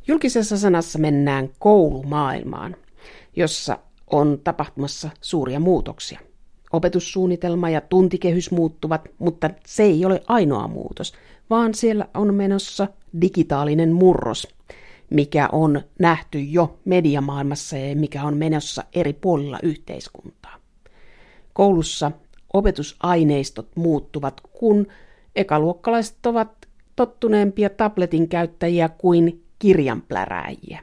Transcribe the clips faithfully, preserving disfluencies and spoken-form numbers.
Julkisessa sanassa mennään koulumaailmaan, jossa on tapahtumassa suuria muutoksia. Opetussuunnitelma ja tuntikehys muuttuvat, mutta se ei ole ainoa muutos, vaan siellä on menossa digitaalinen murros, mikä on nähty jo mediamaailmassa ja mikä on menossa eri puolilla yhteiskuntaa. Koulussa opetusaineistot muuttuvat, kun ekaluokkalaiset ovat tottuneempia tabletin käyttäjiä kuin kirjanplärääjiä.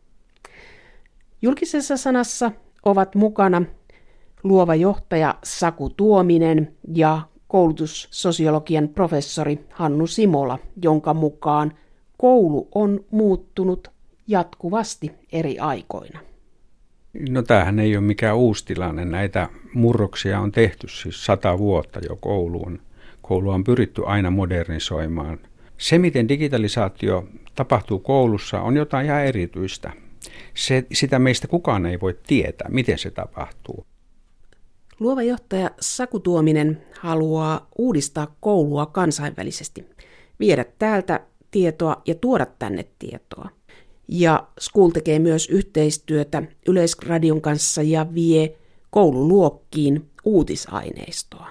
Julkisessa sanassa ovat mukana luova johtaja Saku Tuominen ja koulutussosiologian professori Hannu Simola, jonka mukaan koulu on muuttunut jatkuvasti eri aikoina. No tämähän ei ole mikään uusi tilanne. Näitä murroksia on tehty siis sata vuotta jo kouluun. Koulua on pyritty aina modernisoimaan. Se, miten digitalisaatio tapahtuu koulussa, on jotain ihan erityistä. Se, sitä meistä kukaan ei voi tietää, miten se tapahtuu. Luova johtaja Saku Tuominen haluaa uudistaa koulua kansainvälisesti, viedä täältä tietoa ja tuoda tänne tietoa. Ja School tekee myös yhteistyötä Yleisradion kanssa ja vie koululuokkiin uutisaineistoa.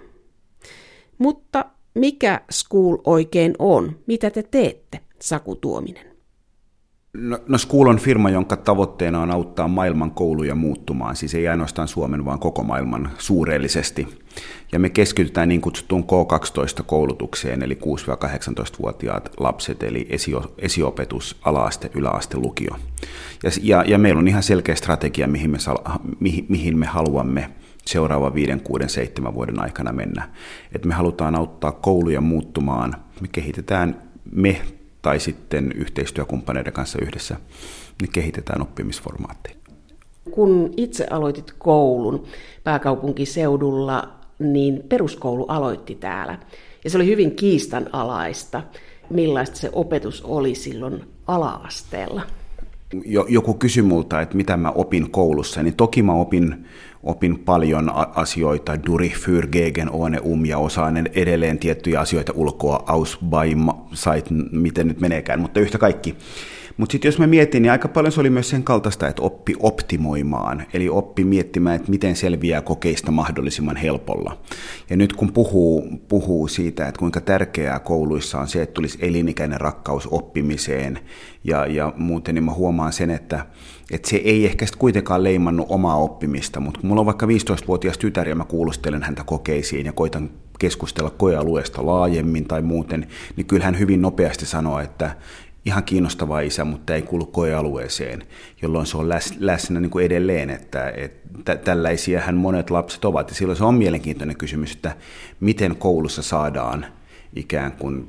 Mutta mikä School oikein on? Mitä te teette, Saku Tuominen? No, no School on firma, jonka tavoitteena on auttaa maailman kouluja muuttumaan, siis ei ainoastaan Suomen, vaan koko maailman suureellisesti. Ja me keskitytään niin kutsuttuun K kaksitoista-koulutukseen, eli kuusi-kahdeksantoistavuotiaat lapset, eli esio, esiopetus, ala-aste, yläaste, lukio. Ja, ja, ja meillä on ihan selkeä strategia, mihin me, mihin, mihin me haluamme seuraavan viiden, kuuden, seitsemän vuoden aikana mennä. Et me halutaan auttaa kouluja muuttumaan, me kehitetään me tai sitten yhteistyökumppaneiden kanssa yhdessä, niin kehitetään oppimisformaatteja. Kun itse aloitit koulun pääkaupunkiseudulla, niin peruskoulu aloitti täällä. Ja se oli hyvin kiistanalaista, millaista se opetus oli silloin ala-asteella. Joku kysyi multa, että mitä mä opin koulussa, niin toki mä opin, opin paljon asioita, durch, für, gegen, ohne, um, ja osaan edelleen tiettyjä asioita ulkoa, aus, bei, seit, miten nyt meneekään, mutta yhtä kaikki. Mutta sitten jos mä mietin, niin aika paljon se oli myös sen kaltaista, että oppi optimoimaan, eli oppi miettimään, että miten selviää kokeista mahdollisimman helpolla. Ja nyt kun puhuu, puhuu siitä, että kuinka tärkeää kouluissa on se, että tulisi elinikäinen rakkaus oppimiseen ja, ja muuten, niin mä huomaan sen, että, että se ei ehkä sitten kuitenkaan leimannut omaa oppimista, mutta kun mulla on vaikka viisitoistavuotias tytär ja mä kuulustelen häntä kokeisiin ja koitan keskustella koealueesta laajemmin tai muuten, niin kyllä hän hyvin nopeasti sanoo, että ihan kiinnostava isä, mutta ei kuulu koealueeseen, jolloin se on läs, läsnä niin kuin edelleen, että, että tällaisiahan monet lapset ovat. Ja silloin se on mielenkiintoinen kysymys, että miten koulussa saadaan ikään kuin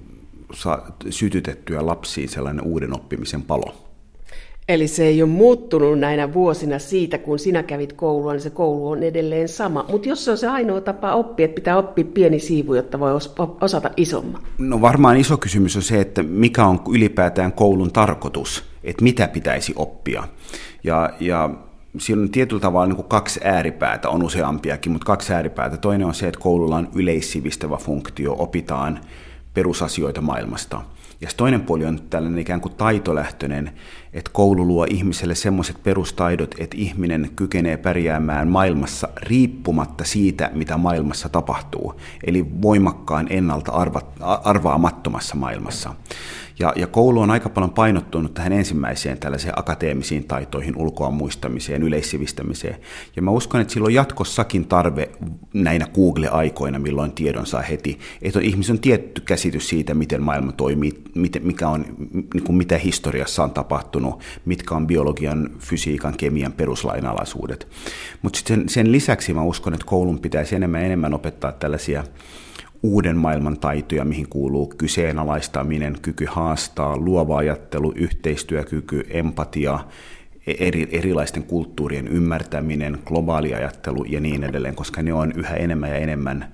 sytytettyä lapsiin sellainen uuden oppimisen palo. Eli se ei ole muuttunut näinä vuosina siitä, kun sinä kävit koulua, niin se koulu on edelleen sama. Mutta jos se on se ainoa tapa oppia, että pitää oppia pieni siivu, jotta voi osata isomman. No varmaan iso kysymys on se, että mikä on ylipäätään koulun tarkoitus, että mitä pitäisi oppia. Ja, ja siinä on tietyllä tavalla niin kuin kaksi ääripäätä, on useampiakin, mutta kaksi ääripäätä. Toinen on se, että koululla on yleissivistävä funktio, opitaan perusasioita maailmasta. Ja toinen puoli on tällainen ikään kuin taitolähtöinen, että koulu luo ihmiselle semmoiset perustaidot, että ihminen kykenee pärjäämään maailmassa riippumatta siitä, mitä maailmassa tapahtuu. Eli voimakkaan ennalta arva, arvaamattomassa maailmassa. Ja, ja koulu on aika paljon painottunut tähän ensimmäiseen tällaiseen akateemisiin taitoihin, ulkoa muistamiseen, yleissivistämiseen. Ja mä uskon, että sillä on jatkossakin tarve näinä Google-aikoina, milloin tiedon saa heti. Että ihmisen on tietty käsitys siitä, miten maailma toimii, mikä on, niin kuin mitä historiassa on tapahtunut, mitkä on biologian, fysiikan, kemian peruslainalaisuudet. Mutta sen, sen lisäksi mä uskon, että koulun pitäisi enemmän ja enemmän opettaa tällaisia uuden maailman taitoja, mihin kuuluu kyseenalaistaminen, kyky haastaa, luova ajattelu, yhteistyökyky, empatia, eri, erilaisten kulttuurien ymmärtäminen, globaali ajattelu ja niin edelleen, koska ne on yhä enemmän ja enemmän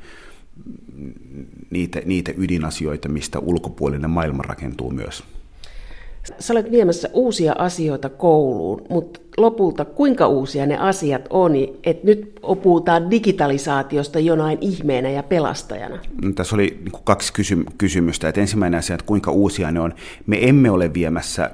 niitä, niitä ydinasioita, mistä ulkopuolinen maailma rakentuu myös. Sä olet viemässä uusia asioita kouluun, mutta lopulta kuinka uusia ne asiat on, että nyt puhutaan digitalisaatiosta jonain ihmeenä ja pelastajana? No, tässä oli niin kuin kaksi kysy- kysymystä. Että ensimmäinen asia, että kuinka uusia ne on. Me emme ole viemässä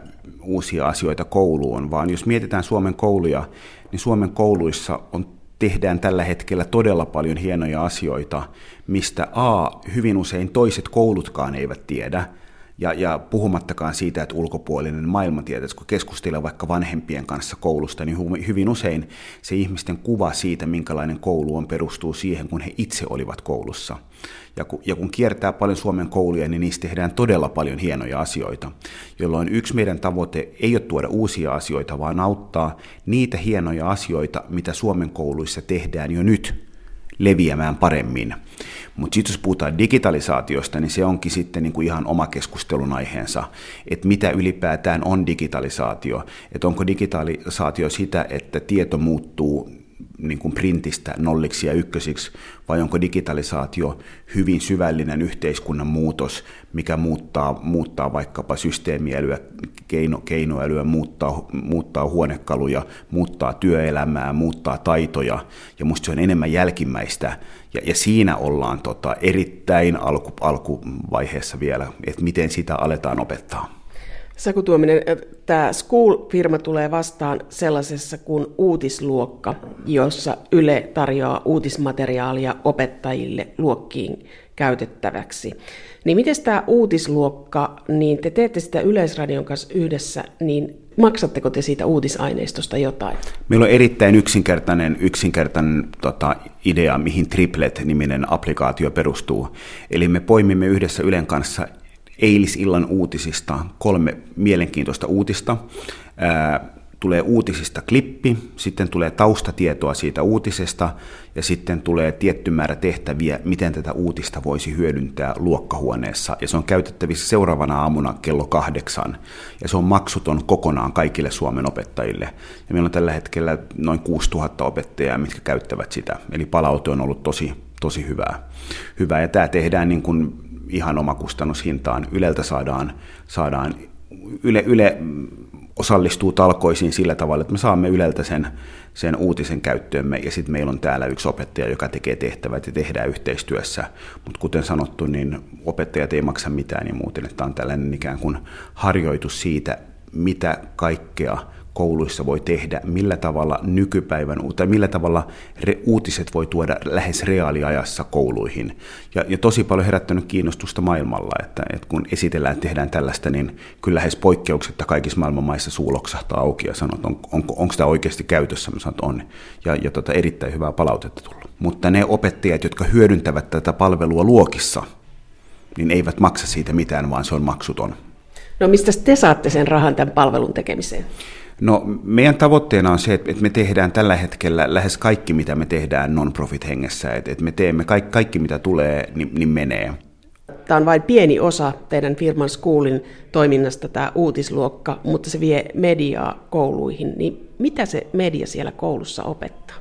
uusia asioita kouluun, vaan jos mietitään Suomen kouluja, niin Suomen kouluissa on, tehdään tällä hetkellä todella paljon hienoja asioita, mistä A, hyvin usein toiset koulutkaan eivät tiedä, ja, ja puhumattakaan siitä, että ulkopuolinen maailma tietäisi, kun keskustelee vaikka vanhempien kanssa koulusta, niin hyvin usein se ihmisten kuva siitä, minkälainen koulu on, perustuu siihen, kun he itse olivat koulussa. Ja kun, ja kun kiertää paljon Suomen kouluja, niin niistä tehdään todella paljon hienoja asioita, jolloin yksi meidän tavoite ei ole tuoda uusia asioita, vaan auttaa niitä hienoja asioita, mitä Suomen kouluissa tehdään jo nyt, leviämään paremmin. Mutta sitten jos puhutaan digitalisaatiosta, niin se onkin sitten niinku ihan oma keskustelun aiheensa, että mitä ylipäätään on digitalisaatio, että onko digitalisaatio sitä, että tieto muuttuu niin kuin printistä nolliksi ja ykkösiksi, vai onko digitalisaatio hyvin syvällinen yhteiskunnan muutos, mikä muuttaa, muuttaa vaikkapa systeemiälyä, keino, keinoälyä, muuttaa, muuttaa huonekaluja, muuttaa työelämää, muuttaa taitoja, ja musta se on enemmän jälkimmäistä, ja, ja siinä ollaan tota erittäin alku, alkuvaiheessa vielä, että miten sitä aletaan opettaa. Saku Tuominen, tämä School-firma tulee vastaan sellaisessa kuin uutisluokka, jossa Yle tarjoaa uutismateriaalia opettajille luokkiin käytettäväksi. Niin miten tämä uutisluokka, niin te teette sitä Yleisradion kanssa yhdessä, niin maksatteko te siitä uutisaineistosta jotain? Meillä on erittäin yksinkertainen, yksinkertainen tota, idea, mihin Triplet-niminen applikaatio perustuu. Eli me poimimme yhdessä Ylen kanssa eilisillan uutisista kolme mielenkiintoista uutista. Ää, tulee uutisista klippi, sitten tulee taustatietoa siitä uutisesta ja sitten tulee tietty määrä tehtäviä, miten tätä uutista voisi hyödyntää luokkahuoneessa. Ja se on käytettävissä seuraavana aamuna kello kahdeksan ja se on maksuton kokonaan kaikille Suomen opettajille. Ja meillä on tällä hetkellä noin kuusituhatta opettajaa, mitkä käyttävät sitä. Eli palaute on ollut tosi, tosi hyvää. hyvää. Ja tämä tehdään niin kuin ihan omakustannushintaan. Yleltä saadaan, saadaan Yle, Yle osallistuu talkoisiin sillä tavalla, että me saamme Yleltä sen, sen uutisen käyttöömme, ja sitten meillä on täällä yksi opettaja, joka tekee tehtävät ja tehdään yhteistyössä. Mutta kuten sanottu, niin opettajat ei maksa mitään ja muuten, että on tällainen ikään kuin harjoitus siitä, mitä kaikkea kouluissa voi tehdä, millä tavalla nykypäivän, tai millä tavalla re, uutiset voi tuoda lähes reaaliajassa kouluihin. Ja, ja tosi paljon herättänyt kiinnostusta maailmalla, että, että kun esitellään, tehdään tällaista, niin kyllä lähes poikkeuksetta kaikissa maailman maissa suu loksahtaa auki ja sanoo, että on, onko, onko tämä oikeasti käytössä. Mä sanon, että on. Ja, ja tota, erittäin hyvää palautetta tullut. Mutta ne opettajat, jotka hyödyntävät tätä palvelua luokissa, niin eivät maksa siitä mitään, vaan se on maksuton. No mistä te saatte sen rahan tämän palvelun tekemiseen? No meidän tavoitteena on se, että me tehdään tällä hetkellä lähes kaikki, mitä me tehdään non-profit hengessä, että me teemme kaikki, kaikki mitä tulee, niin, niin menee. Tämä on vain pieni osa teidän firman Schoolin toiminnasta, tämä uutisluokka, mutta se vie mediaa kouluihin. Niin mitä se media siellä koulussa opettaa?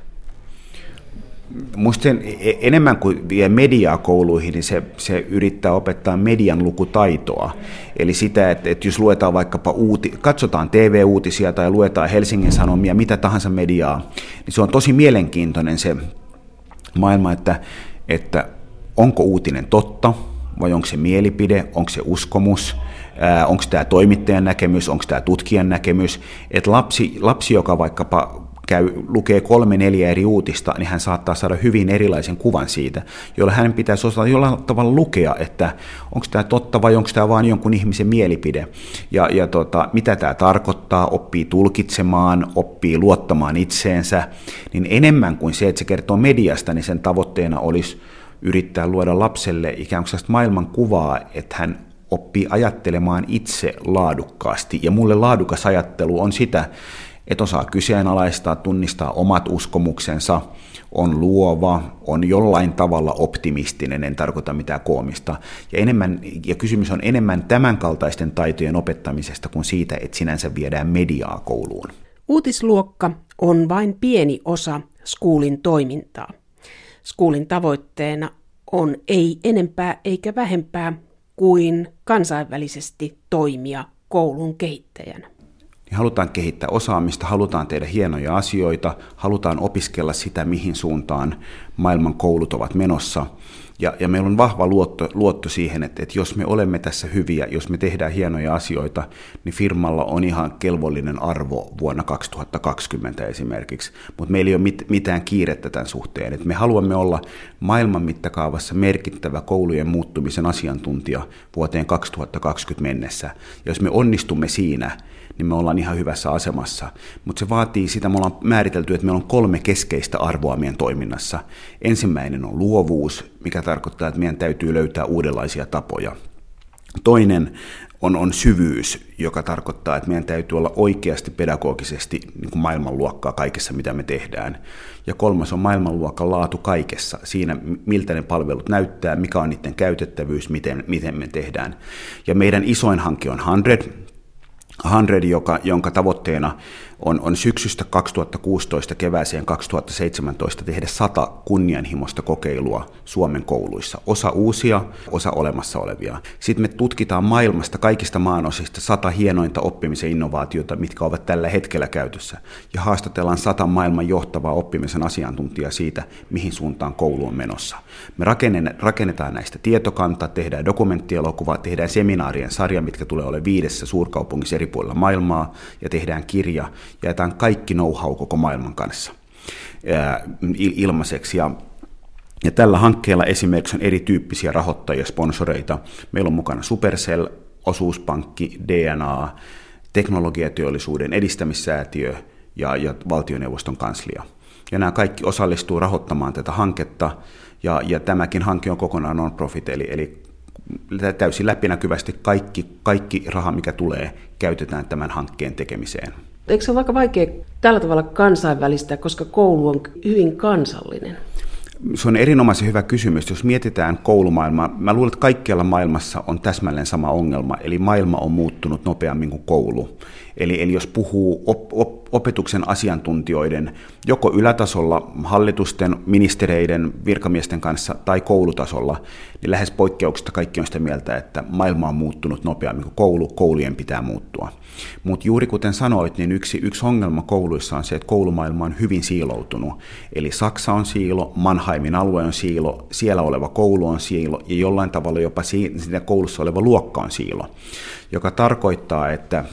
Musta sen enemmän kuin vie mediaa kouluihin, niin se, se yrittää opettaa median lukutaitoa. Eli sitä, että, että jos luetaan vaikkapa uuti, katsotaan T V-uutisia tai luetaan Helsingin Sanomia, mitä tahansa mediaa, niin se on tosi mielenkiintoinen se maailma, että, että onko uutinen totta vai onko se mielipide, onko se uskomus, ää, onko tämä toimittajan näkemys, onko tämä tutkijan näkemys. Että lapsi, lapsi, joka vaikkapa käy, lukee kolme, neljä eri uutista, niin hän saattaa saada hyvin erilaisen kuvan siitä, jolla hänen pitäisi osata jollain tavalla lukea, että onko tämä totta vai onko tämä vain jonkun ihmisen mielipide, ja, ja tota, mitä tämä tarkoittaa, oppii tulkitsemaan, oppii luottamaan itseensä, niin enemmän kuin se, että se kertoo mediasta, niin sen tavoitteena olisi yrittää luoda lapselle ikään kuin sellaista maailmankuvaa, että hän oppii ajattelemaan itse laadukkaasti, ja mulle laadukas ajattelu on sitä, että osaa kyseenalaistaa, tunnistaa omat uskomuksensa, on luova, on jollain tavalla optimistinen, en tarkoita mitään koomista. Ja, enemmän, ja kysymys on enemmän tämänkaltaisten taitojen opettamisesta kuin siitä, että sinänsä viedään mediaa kouluun. Uutisluokka on vain pieni osa Schoolin toimintaa. Schoolin tavoitteena on ei enempää eikä vähempää kuin kansainvälisesti toimia koulun kehittäjänä. Halutaan kehittää osaamista, halutaan tehdä hienoja asioita, halutaan opiskella sitä, mihin suuntaan maailman koulut ovat menossa. Ja, ja meillä on vahva luotto, luotto siihen, että, että jos me olemme tässä hyviä, jos me tehdään hienoja asioita, niin firmalla on ihan kelvollinen arvo vuonna kaksituhattakaksikymmentä esimerkiksi. Mutta meillä ei ole mit, mitään kiirettä tämän suhteen. Et me haluamme olla maailman mittakaavassa merkittävä koulujen muuttumisen asiantuntija vuoteen kaksituhattakaksikymmentä mennessä. Ja jos me onnistumme siinä, niin me ollaan ihan hyvässä asemassa. Mutta se vaatii sitä, me ollaan määritelty, että meillä on kolme keskeistä arvoa meidän toiminnassa. Ensimmäinen on luovuus, mikä tarkoittaa, että meidän täytyy löytää uudenlaisia tapoja. Toinen on, on syvyys, joka tarkoittaa, että meidän täytyy olla oikeasti pedagogisesti niin kuin maailmanluokkaa kaikessa, mitä me tehdään. Ja kolmas on maailmanluokan laatu kaikessa, siinä miltä ne palvelut näyttää, mikä on niiden käytettävyys, miten, miten me tehdään. Ja meidän isoin hanke on hundred. hundred, joka, jonka tavoitteena on, on syksystä kaksituhattakuusitoista kevääseen kaksituhattaseitsemäntoista tehdä sata kunnianhimoista kokeilua Suomen kouluissa. Osa uusia, osa olemassa olevia. Sitten me tutkitaan maailmasta kaikista maanosista sata hienointa oppimisen innovaatiota, mitkä ovat tällä hetkellä käytössä. Ja haastatellaan sata maailman johtavaa oppimisen asiantuntijaa siitä, mihin suuntaan koulu on menossa. Me rakennetaan näistä tietokanta, tehdään dokumenttielokuvaa, tehdään seminaarien sarja, mitkä tulee olemaan viidessä suurkaupungissa eri puolilla maailmaa, ja tehdään kirja, jaetaan kaikki know-how koko maailman kanssa ää, ilmaiseksi. Ja, ja tällä hankkeella esimerkiksi on erityyppisiä rahoittajia, sponsoreita. Meillä on mukana Supercell, Osuuspankki, D N A, Teknologiateollisuuden edistämissäätiö ja, ja valtioneuvoston kanslia. Ja nämä kaikki osallistuu rahoittamaan tätä hanketta, ja, ja tämäkin hanke on kokonaan non-profit, eli, eli täysin läpinäkyvästi kaikki, kaikki raha, mikä tulee, käytetään tämän hankkeen tekemiseen. Eikö se ole aika vaikea tällä tavalla kansainvälistä, koska koulu on hyvin kansallinen? Se on erinomaisen hyvä kysymys. Jos mietitään koulumaailmaa, mä luulen, että kaikkialla maailmassa on täsmälleen sama ongelma, eli maailma on muuttunut nopeammin kuin koulu. Eli, eli jos puhuu op, op, opetuksen asiantuntijoiden joko ylätasolla, hallitusten, ministereiden, virkamiesten kanssa tai koulutasolla, niin lähes poikkeuksesta kaikki on sitä mieltä, että maailma on muuttunut nopeammin kuin koulu, koulujen pitää muuttua. Mutta juuri kuten sanoit, niin yksi, yksi ongelma kouluissa on se, että koulumaailma on hyvin siiloutunut. Eli Saksa on siilo, Mannheimin alue on siilo, siellä oleva koulu on siilo ja jollain tavalla jopa siinä koulussa oleva luokka on siilo, joka tarkoittaa, että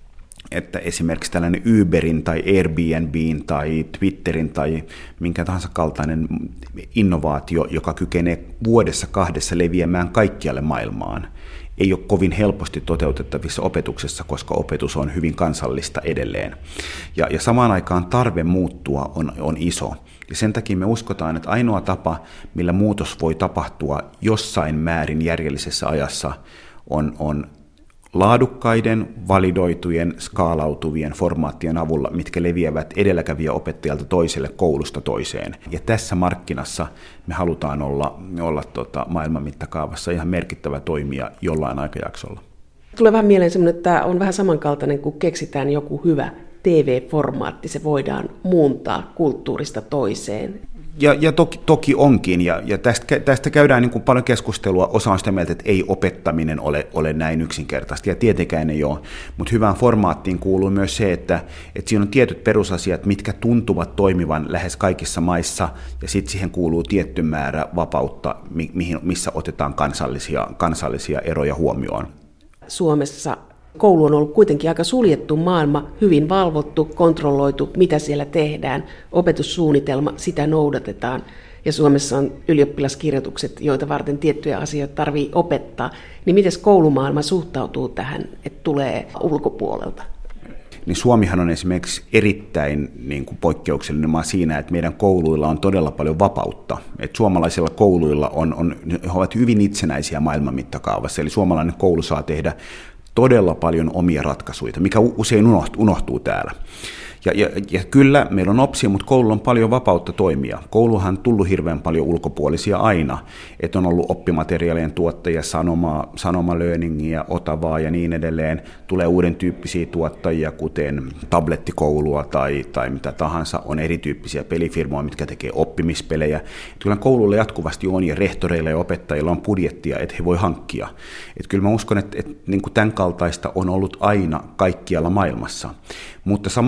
että esimerkiksi tällainen Uberin tai Airbnbin tai Twitterin tai minkä tahansa kaltainen innovaatio, joka kykenee vuodessa kahdessa leviämään kaikkialle maailmaan, ei ole kovin helposti toteutettavissa opetuksessa, koska opetus on hyvin kansallista edelleen. Ja, ja samaan aikaan tarve muuttua on, on iso. Ja sen takia me uskotaan, että ainoa tapa, millä muutos voi tapahtua jossain määrin järjellisessä ajassa, on, on laadukkaiden, validoitujen, skaalautuvien formaattien avulla, mitkä leviävät edelläkävijä opettajalta toiselle koulusta toiseen. Ja tässä markkinassa me halutaan olla, olla tota, maailman mittakaavassa ihan merkittävä toimija jollain aikajaksolla. Tulee vähän mieleen semmoinen, että tämä on vähän samankaltainen, kun keksitään joku hyvä T V-formaatti, se voidaan muuntaa kulttuurista toiseen. Ja, ja toki, toki onkin, ja, ja tästä, tästä käydään niin kuin paljon keskustelua. Osa on sitä mieltä, että ei opettaminen ole, ole näin yksinkertaista, ja tietenkään ei ole. Mutta hyvään formaattiin kuuluu myös se, että, että siinä on tietyt perusasiat, mitkä tuntuvat toimivan lähes kaikissa maissa, ja sitten siihen kuuluu tietty määrä vapautta, mihin, missä otetaan kansallisia, kansallisia eroja huomioon. Suomessa koulu on ollut kuitenkin aika suljettu maailma, hyvin valvottu, kontrolloitu, mitä siellä tehdään. Opetussuunnitelma, sitä noudatetaan. Ja Suomessa on ylioppilaskirjoitukset, joita varten tiettyjä asioita tarvitsee opettaa. Niin miten koulumaailma suhtautuu tähän, että tulee ulkopuolelta? Niin Suomihan on esimerkiksi erittäin niin kuin poikkeuksellinen maa siinä, että meidän kouluilla on todella paljon vapautta. Et suomalaisilla kouluilla on, on, he ovat hyvin itsenäisiä maailman mittakaavassa, eli suomalainen koulu saa tehdä todella paljon omia ratkaisuja, mikä usein unohtuu, unohtuu täällä. Ja, ja, ja kyllä, meillä on opsia, mutta koululla on paljon vapautta toimia. Kouluhan on tullut hirveän paljon ulkopuolisia aina, että on ollut oppimateriaalien tuottajia, sanoma, sanoma learningia, Otavaa ja niin edelleen. Tulee uuden tyyppisiä tuottajia, kuten tablettikoulua tai, tai mitä tahansa. On erityyppisiä pelifirmoja, mitkä tekee oppimispelejä. Et kyllä koululla jatkuvasti on, ja rehtoreilla ja opettajilla on budjettia, että he voi hankkia. Et kyllä mä uskon, että, että niin kuin tämän kaltaista on ollut aina kaikkialla maailmassa. Mutta samaan aikaan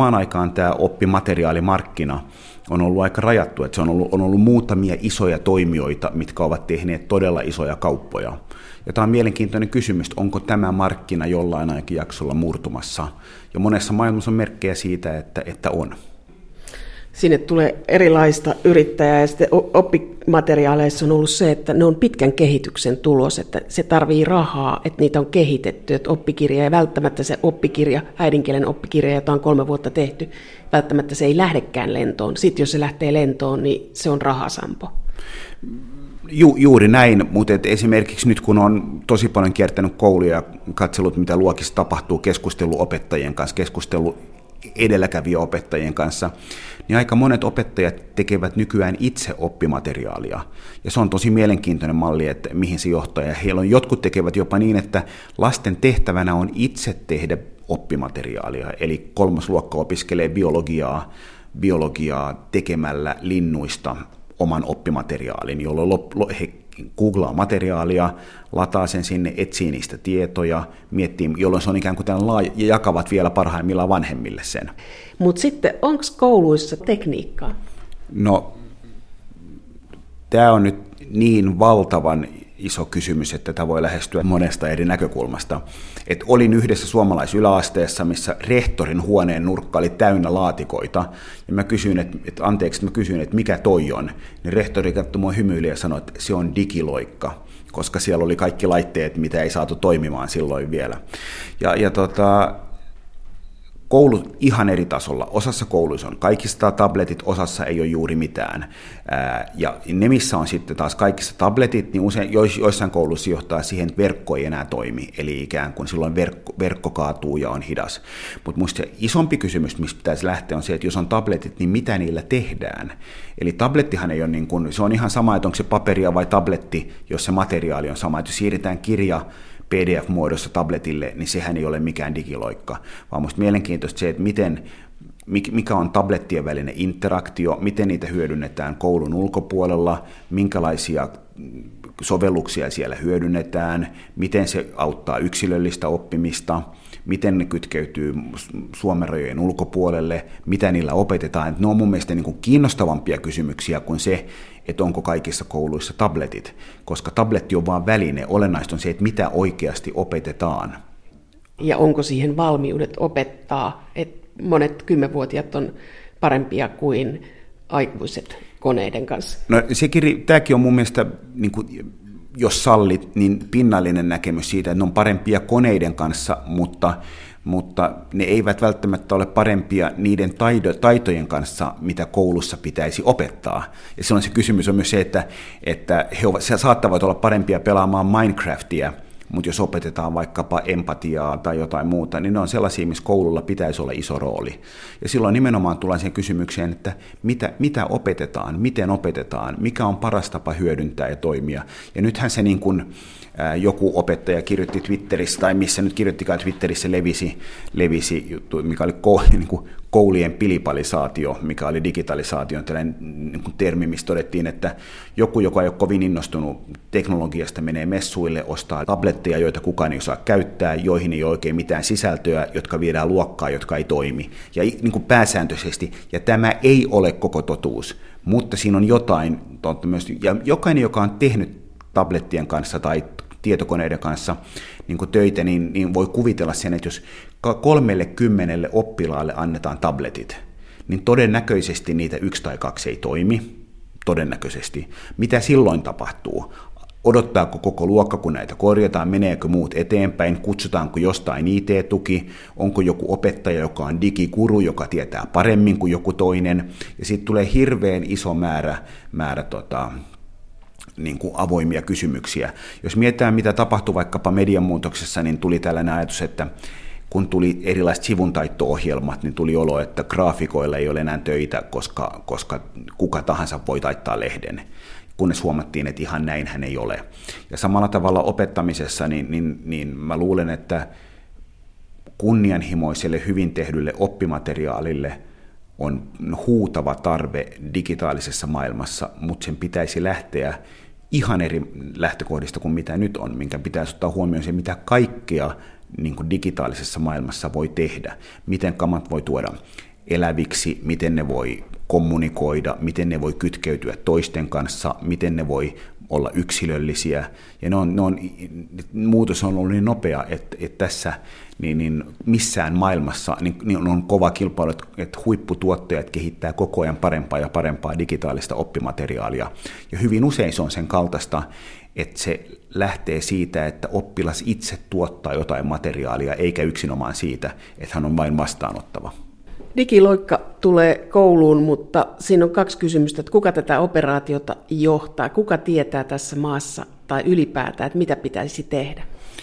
tavallaan tämä oppimateriaalimarkkina on ollut aika rajattu, että se on ollut, on ollut muutamia isoja toimijoita, mitkä ovat tehneet todella isoja kauppoja. Ja tämä on mielenkiintoinen kysymys, onko tämä markkina jollain ainakin jaksolla murtumassa. Ja monessa maailmassa on merkkejä siitä, että, että on. Sinne tulee erilaista yrittäjää ja sitten oppimateriaaleissa on ollut se, että ne on pitkän kehityksen tulos, että se tarvii rahaa, että niitä on kehitetty, että oppikirja ja välttämättä se oppikirja, äidinkielen oppikirja, jota on kolme vuotta tehty, välttämättä se ei lähdekään lentoon. Sitten jos se lähtee lentoon, niin se on rahasampo. Ju, juuri näin, mutta et esimerkiksi nyt kun on tosi paljon kiertänyt kouluja ja katsellut, mitä luokissa tapahtuu, keskustellut opettajien kanssa, keskustellut edelläkävijäopettajien kanssa, niin aika monet opettajat tekevät nykyään itse oppimateriaalia. Ja se on tosi mielenkiintoinen malli, että mihin se johtaa. Ja heillä on jotkut tekevät jopa niin, että lasten tehtävänä on itse tehdä oppimateriaalia. Eli kolmas luokka opiskelee biologiaa, biologiaa tekemällä linnuista oman oppimateriaalin, jolloin he googlaa materiaalia, lataa sen sinne, etsii niistä tietoja, miettii, jolloin se on ikään kuin tämän laaja, ja jakavat vielä parhaimmillaan vanhemmille sen. Mutta sitten onko kouluissa tekniikkaa? No, tämä on nyt niin valtavan iso kysymys, että tätä voi lähestyä monesta eri näkökulmasta. Et olin yhdessä suomalaisyläasteessa, missä rehtorin huoneen nurkka oli täynnä laatikoita, ja mä kysyin, että et, anteeksi, mä kysyin, että mikä toi on, niin rehtori katsoi mua hymyili ja sanoi, että se on digiloikka, koska siellä oli kaikki laitteet, mitä ei saatu toimimaan silloin vielä. Ja, ja tota, koulut ihan eri tasolla. Osassa kouluissa on kaikista tabletit, osassa ei ole juuri mitään. Ja ne, missä on sitten taas kaikissa tabletit, niin usein joissain kouluissa johtaa siihen, että verkko ei enää toimi. Eli ikään kuin silloin verkko, verkko kaatuu ja on hidas. Mutta minusta se isompi kysymys, mistä pitäisi lähteä, on se, että jos on tabletit, niin mitä niillä tehdään? Eli tablettihan ei ole niin kuin, se on ihan sama, että onko se paperia vai tabletti, jos se materiaali on sama. Että jos siirretään kirja P D F-muodossa tabletille, niin sehän ei ole mikään digiloikka, vaan minusta mielenkiintoista se, että miten, mikä on tablettien välinen interaktio, miten niitä hyödynnetään koulun ulkopuolella, minkälaisia sovelluksia siellä hyödynnetään, miten se auttaa yksilöllistä oppimista, miten ne kytkeytyy Suomen rajojen ulkopuolelle, mitä niillä opetetaan. Ne on mun mielestä niin kuin kiinnostavampia kysymyksiä kuin se, että onko kaikissa kouluissa tabletit, koska tabletti on vain väline. Olennaista on se, että mitä oikeasti opetetaan. Ja onko siihen valmiudet opettaa, että monet kymmenvuotiaat on parempia kuin aikuiset koneiden kanssa? No se, tämäkin on mun mielestä, niin kuin, jos sallit, niin pinnallinen näkemys siitä, että ne on parempia koneiden kanssa, mutta mutta ne eivät välttämättä ole parempia niiden taido, taitojen kanssa, mitä koulussa pitäisi opettaa. Ja silloin se kysymys on myös se, että, että he ovat, saattavat olla parempia pelaamaan Minecraftia, mutta jos opetetaan vaikkapa empatiaa tai jotain muuta, niin ne on sellaisia, missä koululla pitäisi olla iso rooli. Ja silloin nimenomaan tullaan siihen kysymykseen, että mitä, mitä opetetaan, miten opetetaan, mikä on paras tapa hyödyntää ja toimia. Ja nythän se niin kuin joku opettaja kirjoitti Twitterissä, tai missä nyt kirjoittikaan Twitterissä levisi, levisi juttu, mikä oli koulujen pilipalisaatio, mikä oli digitalisaation tällainen niin kuin termi, missä todettiin, että joku, joka ei ole kovin innostunut teknologiasta, menee messuille, ostaa tabletteja, joita kukaan ei osaa käyttää, joihin ei ole oikein mitään sisältöä, jotka viedään luokkaan, jotka ei toimi. Ja niin kuin pääsääntöisesti, ja tämä ei ole koko totuus, mutta siinä on jotain, ja jokainen, joka on tehnyt tablettien kanssa tai tietokoneiden kanssa niin kuin töitä, niin, niin voi kuvitella sen, että jos kolmelle kymmenelle oppilaalle annetaan tabletit, niin todennäköisesti niitä yksi tai kaksi ei toimi, todennäköisesti. Mitä silloin tapahtuu? Odottaako koko luokka, kun näitä korjataan, meneekö muut eteenpäin, kutsutaanko jostain I T-tuki, onko joku opettaja, joka on digikuru, joka tietää paremmin kuin joku toinen, ja sitten tulee hirveän iso määrä, määrä tota, niin kuin avoimia kysymyksiä. Jos mietitään, mitä tapahtui vaikkapa median muutoksessa, niin tuli tällainen ajatus, että kun tuli erilaiset sivuntaitto-ohjelmat, niin tuli olo, että graafikoilla ei ole enää töitä, koska, koska kuka tahansa voi taittaa lehden, kunnes huomattiin, että ihan näinhän ei ole. Ja samalla tavalla opettamisessa, niin, niin, niin mä luulen, että kunnianhimoiselle, hyvin tehdylle oppimateriaalille on huutava tarve digitaalisessa maailmassa, mutta sen pitäisi lähteä ihan eri lähtökohdista kuin mitä nyt on, minkä pitäisi ottaa huomioon se, mitä kaikkea niin kuin digitaalisessa maailmassa voi tehdä, miten kamat voi tuoda. eläviksi, miten ne voi kommunikoida, miten ne voi kytkeytyä toisten kanssa, miten ne voi olla yksilöllisiä. Ja ne on, ne on, muutos on ollut niin nopea, että, että tässä niin, niin missään maailmassa niin, niin on kova kilpailu, että huipputuottajat kehittää koko ajan parempaa ja parempaa digitaalista oppimateriaalia. Ja hyvin usein se on sen kaltaista, että se lähtee siitä, että oppilas itse tuottaa jotain materiaalia, eikä yksinomaan siitä, että hän on vain vastaanottava. Digiloikka tulee kouluun, mutta siinä on kaksi kysymystä, että kuka tätä operaatiota johtaa, kuka tietää tässä maassa tai ylipäätään, että mitä pitäisi tehdä?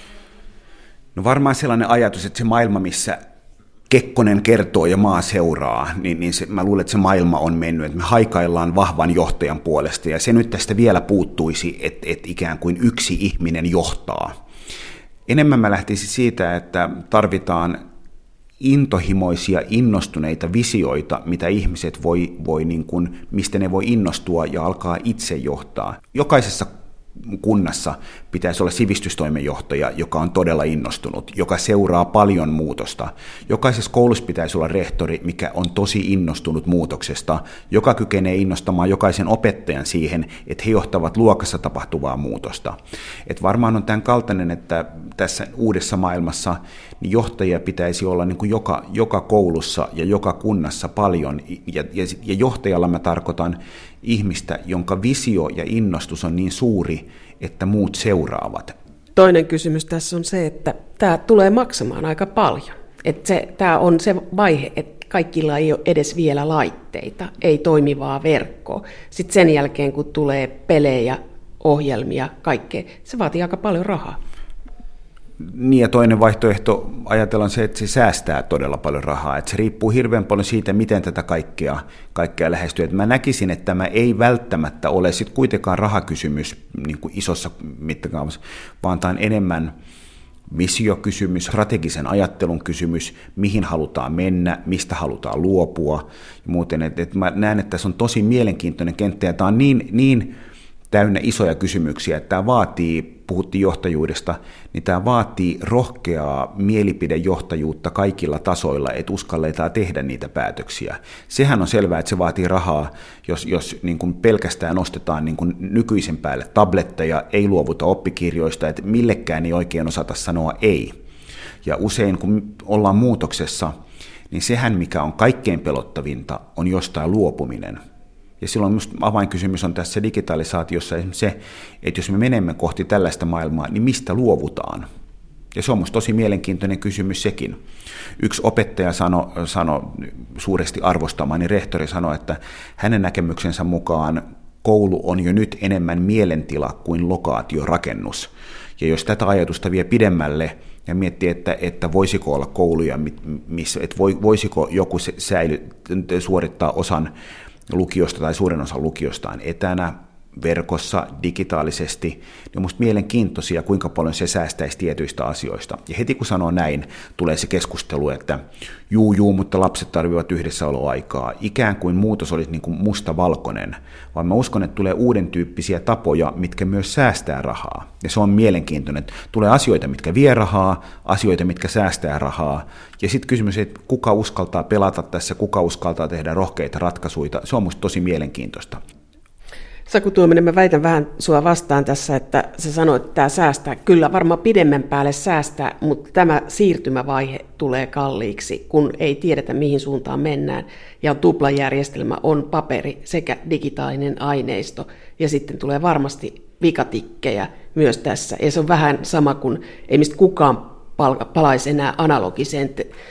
No varmaan sellainen ajatus, että se maailma, missä Kekkonen kertoo ja maa seuraa, niin, niin se, mä luulen, että se maailma on mennyt, että me haikaillaan vahvan johtajan puolesta, ja se nyt tästä vielä puuttuisi, että, että ikään kuin yksi ihminen johtaa. Enemmän mä lähtisin siitä, että tarvitaan intohimoisia, innostuneita visioita, mitä ihmiset voi, voi niin kuin, mistä ne voi innostua ja alkaa itse johtaa. Jokaisessa kunnassa pitäisi olla sivistystoimenjohtaja, joka on todella innostunut, joka seuraa paljon muutosta. Jokaisessa koulussa pitäisi olla rehtori, mikä on tosi innostunut muutoksesta, joka kykenee innostamaan jokaisen opettajan siihen, että he johtavat luokassa tapahtuvaa muutosta. Et varmaan on tämän kaltainen, että tässä uudessa maailmassa niin johtajia pitäisi olla niin kuin joka, joka koulussa ja joka kunnassa paljon, ja, ja, ja johtajalla mä tarkoitan ihmistä, jonka visio ja innostus on niin suuri, että muut seuraavat. Toinen kysymys tässä on se, että tämä tulee maksamaan aika paljon. Että se, tämä on se vaihe, että kaikilla ei ole edes vielä laitteita, ei toimivaa verkkoa. Sitten sen jälkeen, kun tulee pelejä, ohjelmia, kaikkea, se vaatii aika paljon rahaa. Niin, ja toinen vaihtoehto ajatellaan se, että se säästää todella paljon rahaa. Että se riippuu hirveän paljon siitä, miten tätä kaikkea, kaikkea lähestyy. Että mä näkisin, että tämä ei välttämättä ole sit kuitenkaan rahakysymys niin kuin isossa mittakaavassa, vaan tämä on enemmän visiokysymys, strategisen ajattelun kysymys, mihin halutaan mennä, mistä halutaan luopua. Ja muuten, että, että mä näen, että tässä on tosi mielenkiintoinen kenttä, ja tämä on niin, niin täynnä isoja kysymyksiä, että tämä vaatii, puhuttiin johtajuudesta, niin tämä vaatii rohkeaa mielipidejohtajuutta kaikilla tasoilla, että uskalletaan tehdä niitä päätöksiä. Sehän on selvää, että se vaatii rahaa, jos, jos niin kuin pelkästään nostetaan niin kuin nykyisen päälle tabletteja, ei luovuta oppikirjoista, että millekään ei oikein osata sanoa ei. Ja usein kun ollaan muutoksessa, niin sehän mikä on kaikkein pelottavinta, on jostain luopuminen. Ja silloin minusta avainkysymys on tässä digitalisaatiossa esimerkiksi se, että jos me menemme kohti tällaista maailmaa, niin mistä luovutaan? Ja se on minusta tosi mielenkiintoinen kysymys sekin. Yksi opettaja sanoi, sanoi suuresti arvostamani rehtori sanoi, että hänen näkemyksensä mukaan koulu on jo nyt enemmän mielentila kuin lokaatiorakennus. Ja jos tätä ajatusta vie pidemmälle ja miettii, että, että voisiko olla kouluja, missä, että voisiko joku säily, suorittaa osan lukiosta tai suurin osa lukiostaan etänä, verkossa, digitaalisesti, niin on musta mielenkiintoisia, kuinka paljon se säästäisi tietyistä asioista. Ja heti kun sanoo näin, tulee se keskustelu, että juu, juu, mutta lapset tarvitsevat yhdessäoloaikaa. Ikään kuin muutos olisi niin kuin mustavalkoinen, vaan mä uskon, että tulee uuden tyyppisiä tapoja, mitkä myös säästää rahaa. Ja se on mielenkiintoinen, että tulee asioita, mitkä vie rahaa, asioita, mitkä säästää rahaa. Ja sitten kysymys, että kuka uskaltaa pelata tässä, kuka uskaltaa tehdä rohkeita ratkaisuja, se on musta tosi mielenkiintoista. Saku Tuominen, mä väitän vähän sua vastaan tässä, että sä sanoit, että tämä säästää. Kyllä varmaan pidemmän päälle säästää, mutta tämä siirtymävaihe tulee kalliiksi, kun ei tiedetä mihin suuntaan mennään. Ja on tuplajärjestelmä, on paperi sekä digitaalinen aineisto ja sitten tulee varmasti vikatikkejä myös tässä. Ja se on vähän sama kuin ei mistä kukaan palaisi enää analogiseen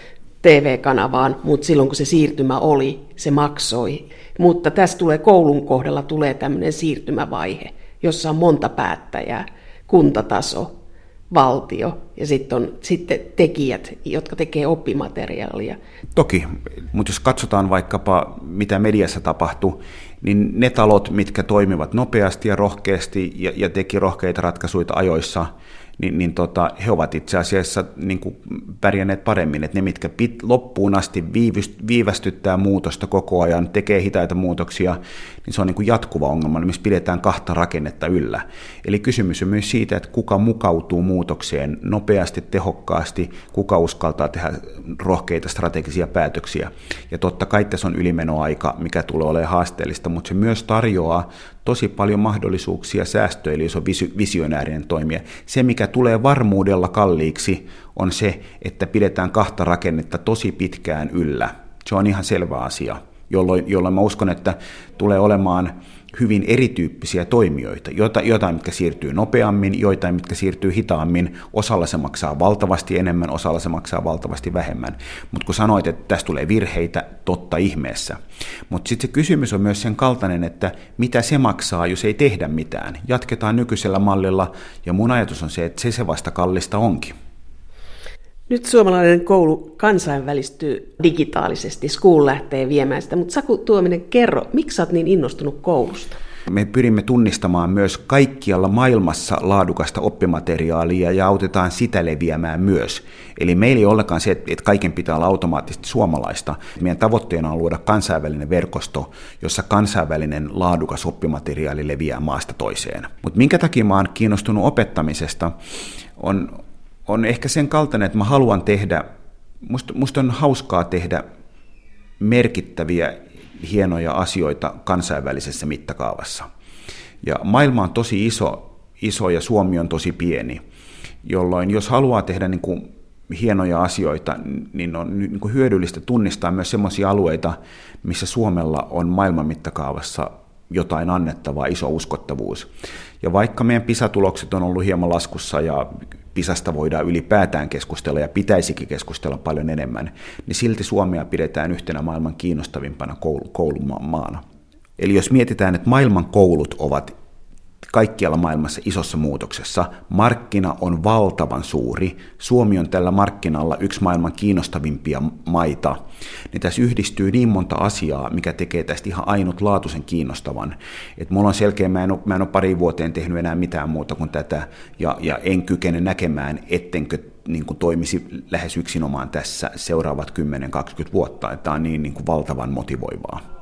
T V-kanavaan, mutta silloin kun se siirtymä oli, se maksoi. Mutta tässä tulee koulun kohdalla tulee tämmöinen siirtymävaihe, jossa on monta päättäjää, kuntataso, valtio ja sitten on sitten tekijät, jotka tekee oppimateriaalia. Toki, mutta jos katsotaan vaikkapa mitä mediassa tapahtuu, niin ne talot, mitkä toimivat nopeasti ja rohkeasti ja, ja teki rohkeita ratkaisuja ajoissa, niin, niin tota, he ovat itse asiassa niin kuin pärjänneet paremmin. Että ne, mitkä pit, loppuun asti viivästyttää muutosta koko ajan, tekee hitaita muutoksia, niin se on niin kuin jatkuva ongelma, missä pidetään kahta rakennetta yllä. Eli kysymys on myös siitä, että kuka mukautuu muutokseen nopeasti, tehokkaasti, kuka uskaltaa tehdä rohkeita strategisia päätöksiä. Ja totta kai tässä on ylimenoaika, mikä tulee olemaan haasteellista, mutta se myös tarjoaa tosi paljon mahdollisuuksia säästöille, jos on visionäärinen toimija. Se, mikä tulee varmuudella kalliiksi, on se, että pidetään kahta rakennetta tosi pitkään yllä. Se on ihan selvä asia, jolloin, jolloin mä uskon, että tulee olemaan hyvin erityyppisiä toimijoita, jotain, mitkä siirtyy nopeammin, joitain, mitkä siirtyy hitaammin, osalla se maksaa valtavasti enemmän, osalla se maksaa valtavasti vähemmän. Mutta kun sanoit, että tässä tulee virheitä, totta ihmeessä. Mutta sitten se kysymys on myös sen kaltainen, että mitä se maksaa, jos ei tehdä mitään. Jatketaan nykyisellä mallilla, ja mun ajatus on se, että se se vasta kallista onkin. Nyt suomalainen koulu kansainvälistyy digitaalisesti, School lähtee viemään sitä, mutta Saku Tuominen, kerro, miksi sä oot niin innostunut koulusta? Me pyrimme tunnistamaan myös kaikkialla maailmassa laadukasta oppimateriaalia ja autetaan sitä leviämään myös. Eli meillä ei ollenkaan se, että kaiken pitää olla automaattisesti suomalaista. Meidän tavoitteena on luoda kansainvälinen verkosto, jossa kansainvälinen laadukas oppimateriaali leviää maasta toiseen. Mutta minkä takia mä oon kiinnostunut opettamisesta, on, on ehkä sen kaltainen, että mä haluan tehdä, musta, musta on hauskaa tehdä merkittäviä hienoja asioita kansainvälisessä mittakaavassa. Ja maailma on tosi iso, iso ja Suomi on tosi pieni, jolloin jos haluaa tehdä niin kuin hienoja asioita, niin on niin kuin hyödyllistä tunnistaa myös sellaisia alueita, missä Suomella on maailman mittakaavassa jotain annettavaa, iso uskottavuus. Ja vaikka meidän PISA-tulokset on ollut hieman laskussa ja PISasta voidaan ylipäätään keskustella ja pitäisikin keskustella paljon enemmän, niin silti Suomea pidetään yhtenä maailman kiinnostavimpana koulu, koulumaana. Eli jos mietitään, että maailman koulut ovat kaikkialla maailmassa isossa muutoksessa, markkina on valtavan suuri, Suomi on tällä markkinalla yksi maailman kiinnostavimpia maita, niin tässä yhdistyy niin monta asiaa, mikä tekee tästä ihan ainutlaatuisen kiinnostavan. Että mulla on selkeä, mä en ole, mä en ole pari vuoteen tehnyt enää mitään muuta kuin tätä, ja, ja en kykene näkemään, ettenkö niin kuin toimisi lähes yksinomaan tässä seuraavat kymmenen kaksikymmentä vuotta, että tämä on niin, niin kuin valtavan motivoivaa.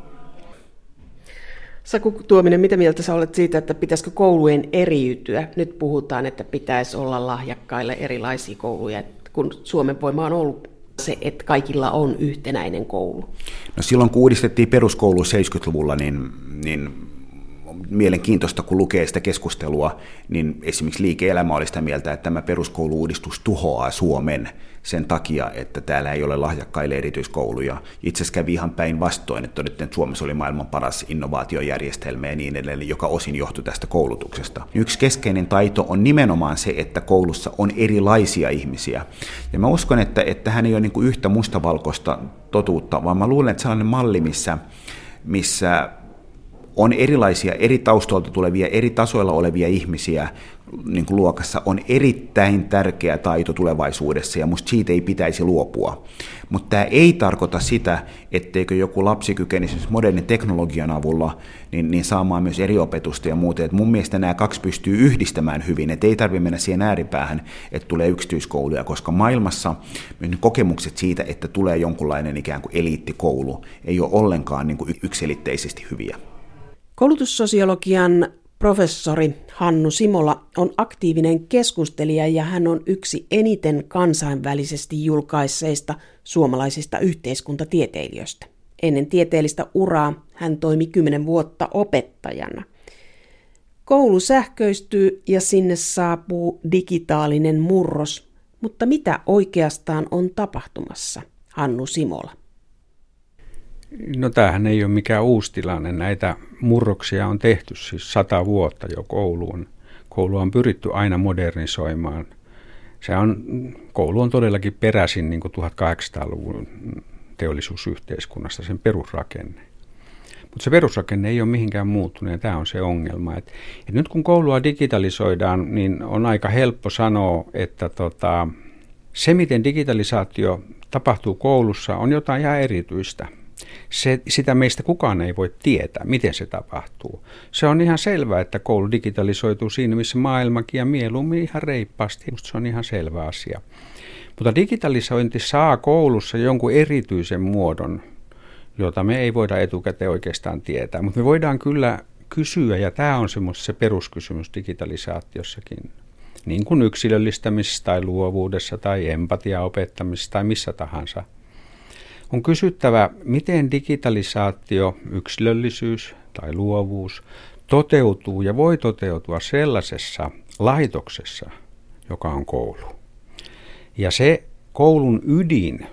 Saku Tuominen, mitä mieltä sä olet siitä, että pitäisikö koulujen eriytyä? Nyt puhutaan, että pitäisi olla lahjakkaille erilaisia kouluja, kun Suomen voima on ollut se, että kaikilla on yhtenäinen koulu. No silloin kun uudistettiin peruskoulu seitsemänkymmentäluvulla, niin, niin mielenkiintoista, kun lukee sitä keskustelua, niin esimerkiksi Liike-Elämä oli sitä mieltä, että tämä peruskoulu-uudistus tuhoaa Suomen sen takia, että täällä ei ole lahjakkaille erityiskouluja. Itse asiassa kävi ihan päinvastoin, että todettiin, että Suomessa oli maailman paras innovaatiojärjestelmä ja niin edelleen, joka osin johtui tästä koulutuksesta. Yksi keskeinen taito on nimenomaan se, että koulussa on erilaisia ihmisiä. Ja mä uskon, että, että tähän ei ole niin kuin yhtä mustavalkoista totuutta, vaan mä luulen, että sellainen malli, missä, missä on erilaisia eri taustoilta tulevia, eri tasoilla olevia ihmisiä niin kuin luokassa, on erittäin tärkeä taito tulevaisuudessa, ja musta siitä ei pitäisi luopua. Mutta tämä ei tarkoita sitä, etteikö joku lapsi kykenisi modernin teknologian avulla niin, niin saamaan myös eri opetusta ja muuta. Et mun mielestä nämä kaksi pystyy yhdistämään hyvin, että ei tarvitse mennä siihen ääripäähän, että tulee yksityiskouluja, koska maailmassa kokemukset siitä, että tulee jonkunlainen ikään kuin eliittikoulu, ei ole ollenkaan niin kuin yksiselitteisesti hyviä. Koulutussosiologian professori Hannu Simola on aktiivinen keskustelija ja hän on yksi eniten kansainvälisesti julkaisseista suomalaisista yhteiskuntatieteilijöistä. Ennen tieteellistä uraa hän toimi kymmenen vuotta opettajana. Koulu sähköistyy ja sinne saapuu digitaalinen murros, mutta mitä oikeastaan on tapahtumassa, Hannu Simola? No tämähän ei ole mikään uusi tilanne. Näitä murroksia on tehty siis sata vuotta jo kouluun. Koulua on pyritty aina modernisoimaan. Se on, koulu on todellakin peräisin niin kuin tuhatkahdeksansataaluvun teollisuusyhteiskunnasta, sen perusrakenne. Mutta se perusrakenne ei ole mihinkään muuttunut ja tämä on se ongelma. Et, et nyt kun koulua digitalisoidaan, niin on aika helppo sanoa, että tota, se miten digitalisaatio tapahtuu koulussa on jotain ihan erityistä. Se, sitä meistä kukaan ei voi tietää, miten se tapahtuu. Se on ihan selvää, että koulu digitalisoituu siinä, missä maailmakin ja mieluummin ihan reippaasti. Musta se on ihan selvä asia. Mutta digitalisointi saa koulussa jonkun erityisen muodon, jota me ei voida etukäteen oikeastaan tietää. Mutta me voidaan kyllä kysyä, ja tämä on semmoista se peruskysymys digitalisaatiossakin, niin kuin yksilöllistämisessä tai luovuudessa tai empatiaopettamisessa tai missä tahansa. On kysyttävä, miten digitalisaatio, yksilöllisyys tai luovuus toteutuu ja voi toteutua sellaisessa laitoksessa, joka on koulu. Ja se koulun ydin,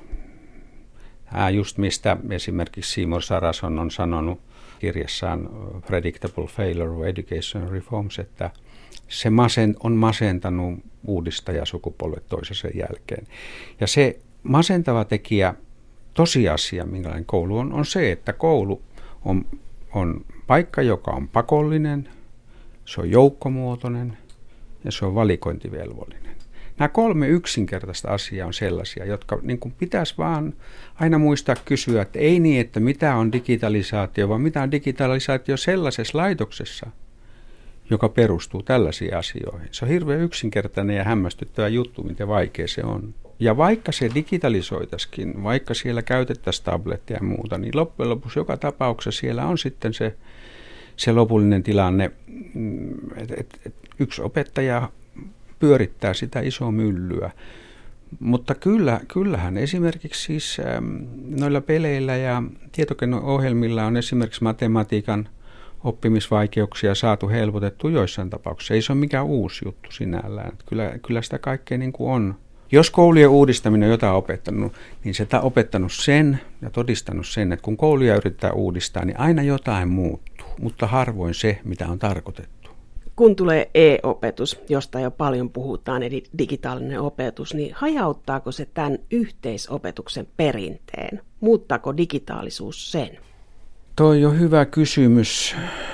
just mistä esimerkiksi Seymour Sarason on sanonut kirjassaan Predictable Failure of Education Reforms, että se on masentanut uudistajasukupolvet toisensa jälkeen. Ja se masentava tekijä, tosiasia, minkälainen koulu on, on se, että koulu on, on paikka, joka on pakollinen, se on joukkomuotoinen ja se on valikointivelvollinen. Nämä kolme yksinkertaista asiaa on sellaisia, jotka niin kuin pitäisi vaan aina muistaa kysyä, että ei niin, että mitä on digitalisaatio, vaan mitä on digitalisaatio sellaisessa laitoksessa, joka perustuu tällaisiin asioihin. Se on hirveän yksinkertainen ja hämmästyttävä juttu, miten vaikea se on. Ja vaikka se digitalisoitaisikin, vaikka siellä käytettäisiin tabletteja ja muuta, niin loppujen lopuksi joka tapauksessa siellä on sitten se, se lopullinen tilanne, että et, et yksi opettaja pyörittää sitä isoa myllyä. Mutta kyllä, kyllähän esimerkiksi siis noilla peleillä ja tietokoneohjelmilla on esimerkiksi matematiikan oppimisvaikeuksia saatu helpotettu joissain tapauksissa. Ei se ole mikään uusi juttu sinällään. Kyllä, kyllä sitä kaikkea niin kuin on. Jos koulujen uudistaminen on jotain opettanut, niin se on opettanut sen ja todistanut sen, että kun kouluja yritetään uudistaa, niin aina jotain muuttuu, mutta harvoin se, mitä on tarkoitettu. Kun tulee e-opetus, josta jo paljon puhutaan, eli digitaalinen opetus, niin hajauttaako se tämän yhteisopetuksen perinteen? Muuttaako digitaalisuus sen? Toi on hyvä kysymys.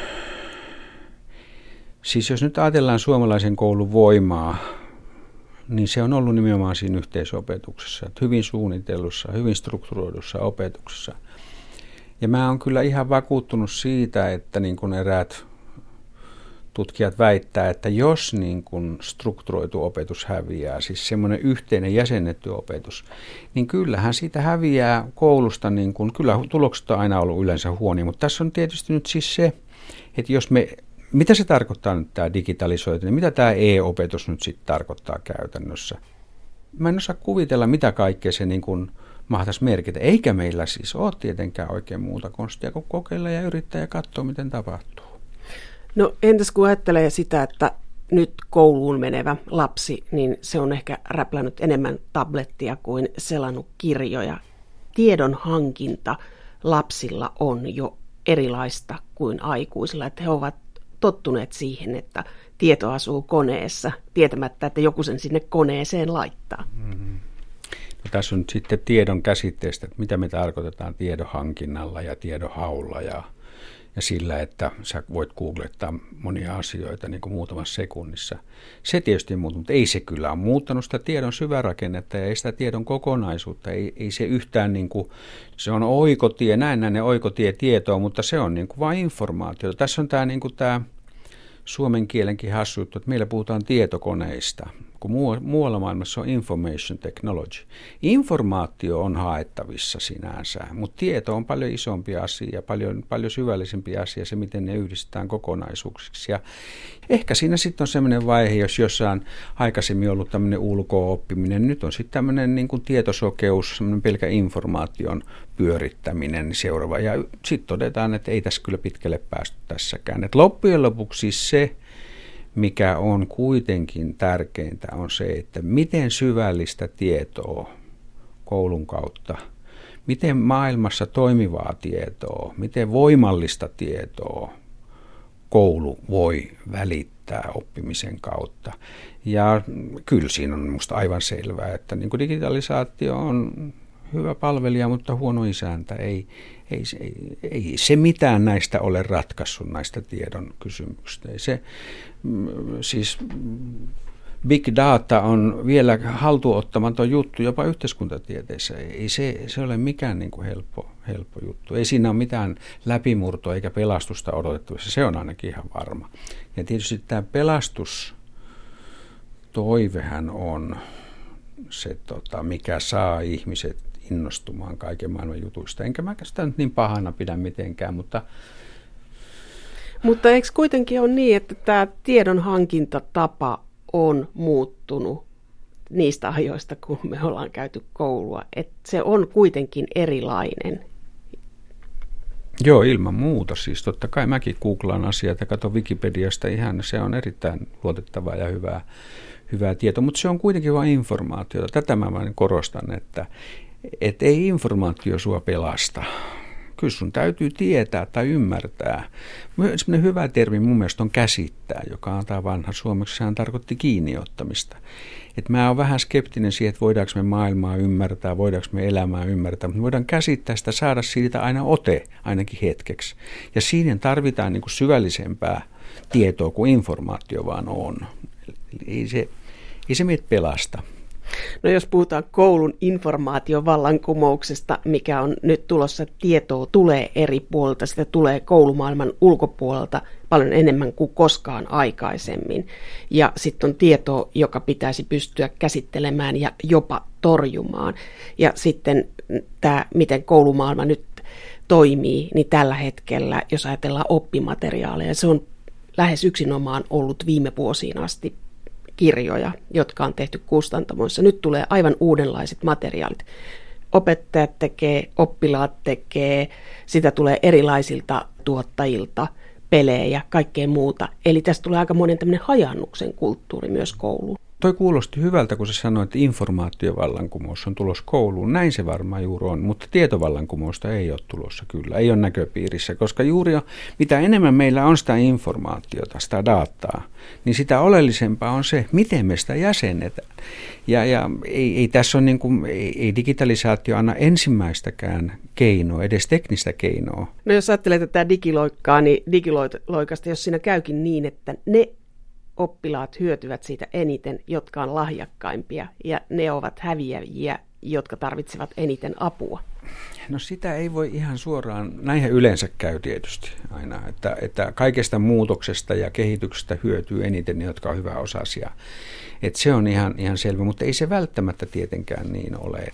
Siis jos nyt ajatellaan suomalaisen koulun voimaa, niin se on ollut nimenomaan siinä yhteisopetuksessa, että hyvin suunnitellussa, hyvin strukturoidussa opetuksessa. Ja mä oon kyllä ihan vakuuttunut siitä, että niin kuin eräät tutkijat väittää, että jos niin kuin strukturoitu opetus häviää, siis semmoinen yhteinen jäsennetty opetus, niin kyllähän siitä häviää koulusta, niin kuin, kyllä tulokset on aina ollut yleensä huonoja, mutta tässä on tietysti nyt siis se, että jos me, mitä se tarkoittaa nyt tämä digitalisoituminen, mitä tämä e-opetus nyt sitten tarkoittaa käytännössä? Mä en osaa kuvitella, mitä kaikkea se niin kuin mahtaisi merkitä, eikä meillä siis ole tietenkään oikein muuta konstia kuin kokeilla ja yrittää ja katsoa, miten tapahtuu. No entäs kun ajattelee sitä, että nyt kouluun menevä lapsi, niin se on ehkä räplännyt enemmän tablettia kuin selannut kirjoja. Tiedon hankinta lapsilla on jo erilaista kuin aikuisilla, että he ovat tottuneet siihen, että tieto asuu koneessa, tietämättä, että joku sen sinne koneeseen laittaa. Mm-hmm. No, tässä on nyt sitten tiedon käsitteestä, että mitä me tarkoitetaan tiedon hankinnalla ja tiedon haulla ja Ja sillä, että sä voit googlettaa monia asioita niin kuin muutamassa sekunnissa. Se tietysti muuttuu, mutta ei se kyllä ole muuttanut sitä tiedon syvärakennetta ja ei sitä tiedon kokonaisuutta. Ei, ei se yhtään, niin kuin, se on oikotie, näin näin ne oikotie tietoa, mutta se on niin kuin vain informaatiota. Tässä on tämä, niin kuin tämä suomen kielenkin hassu juttu, että meillä puhutaan tietokoneista, kun muualla maailmassa on information technology. Informaatio on haettavissa sinänsä, mutta tieto on paljon isompi asia, paljon, paljon syvällisempi asia, se miten ne yhdistetään kokonaisuuksiksi. Ja ehkä siinä sitten on sellainen vaihe, jos jossain aikaisemmin ollut tämmöinen ulko-oppiminen, nyt on sitten tämmöinen niin kuin tietosokeus, semmoinen pelkä informaation pyörittäminen seuraava. Ja sitten todetaan, että ei tässä kyllä pitkälle päästy tässäkään. Et loppujen lopuksi siis se, mikä on kuitenkin tärkeintä, on se, että miten syvällistä tietoa koulun kautta, miten maailmassa toimivaa tietoa, miten voimallista tietoa koulu voi välittää oppimisen kautta. Ja kyllä siinä on minusta aivan selvää, että niin kuin digitalisaatio on hyvä palvelija, mutta huono isäntä. Ei, ei, ei, ei se mitään näistä ole ratkaissut, näistä tiedon kysymyksistä. Ei se, siis big data on vielä haltuunottamaton juttu jopa yhteiskuntatieteissä. Ei se, se ole mikään niin kuin helppo, helppo juttu. Ei siinä ole mitään läpimurtoa eikä pelastusta odotettavissa, se on ainakin ihan varma. Ja tietysti tämä pelastustoivehän on se, tota, mikä saa ihmiset innostumaan kaiken maailman jutuista. Enkä mä sitä nyt niin pahana pidä mitenkään, mutta... Mutta eikö kuitenkin ole niin, että tämä tiedonhankintatapa on muuttunut niistä ajoista, kun me ollaan käyty koulua, että se on kuitenkin erilainen? Joo, ilman muuta. Siis totta kai mäkin googlaan asiat ja katson Wikipediasta ihan, se on erittäin luotettavaa ja hyvää, hyvää tietoa, mutta se on kuitenkin vain informaatiota. Tätä mä vain korostan, että et ei informaatio sua pelasta. Kyllä sun täytyy tietää tai ymmärtää. Sellainen hyvä termi mun mielestä on käsittää, joka antaa vanha suomeksi, sehän tarkoitti kiinniottamista. Et mä oon vähän skeptinen siihen, että voidaanko me maailmaa ymmärtää, voidaanko me elämää ymmärtää, mutta me voidaan käsittää sitä, saada siitä aina ote ainakin hetkeksi. Ja siinä tarvitaan niin kuin syvällisempää tietoa kuin informaatio vaan on. Ei se, ei se meitä pelasta. No jos puhutaan koulun informaatiovallankumouksesta, mikä on nyt tulossa, tietoa tulee eri puolilta, sitä tulee koulumaailman ulkopuolelta paljon enemmän kuin koskaan aikaisemmin. Ja sitten on tietoa, joka pitäisi pystyä käsittelemään ja jopa torjumaan. Ja sitten tämä, miten koulumaailma nyt toimii, niin tällä hetkellä, jos ajatellaan oppimateriaaleja, se on lähes yksinomaan ollut viime vuosiin asti kirjoja, jotka on tehty kustantamoissa. Nyt tulee aivan uudenlaiset materiaalit. Opettajat tekee, oppilaat tekee, sitä tulee erilaisilta tuottajilta, pelejä, kaikkea muuta. Eli tästä tulee aika monen tämmöinen hajannuksen kulttuuri myös kouluun. Toi kuulosti hyvältä, kun sä sanoit, että informaatiovallankumous on tulossa kouluun. Näin se varmaan juuri on, mutta tietovallankumousta ei ole tulossa kyllä, ei ole näköpiirissä, koska juuri on, mitä enemmän meillä on sitä informaatiota, sitä dataa, niin sitä oleellisempaa on se, miten me sitä jäsennetään. Ja, ja ei, ei tässä ole niin kuin, ei, ei digitalisaatio anna ensimmäistäkään keinoa, edes teknistä keinoa. No jos ajattelee tätä digiloikkaa, niin digiloikasta, jos siinä käykin niin, että ne oppilaat hyötyvät siitä eniten, jotka on lahjakkaimpia, ja ne ovat häviäjiä, jotka tarvitsevat eniten apua. No sitä ei voi ihan suoraan, näinhän yleensä käy tietysti aina, että, että kaikesta muutoksesta ja kehityksestä hyötyy eniten ne, jotka on hyväosaisia. Että se on ihan, ihan selvä, mutta ei se välttämättä tietenkään niin ole.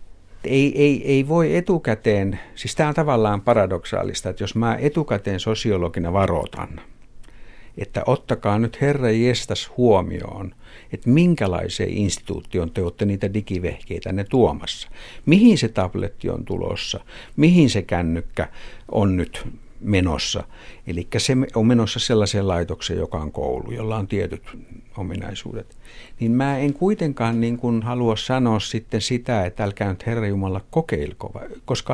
Ei, ei, ei voi etukäteen, siis tämä on tavallaan paradoksaalista, että jos mä etukäteen sosiologina varoitan, että ottakaa nyt herra jestas huomioon, että minkälaiseen instituutioon te olette niitä digivehkeitä ne tuomassa. Mihin se tabletti on tulossa, mihin se kännykkä on nyt menossa. Eli se on menossa sellaiseen laitokseen, joka on koulu, jolla on tietyt ominaisuudet. Niin mä en kuitenkaan niin kuin halua sanoa sitten sitä, että älkää nyt herra Jumala kokeilko, koska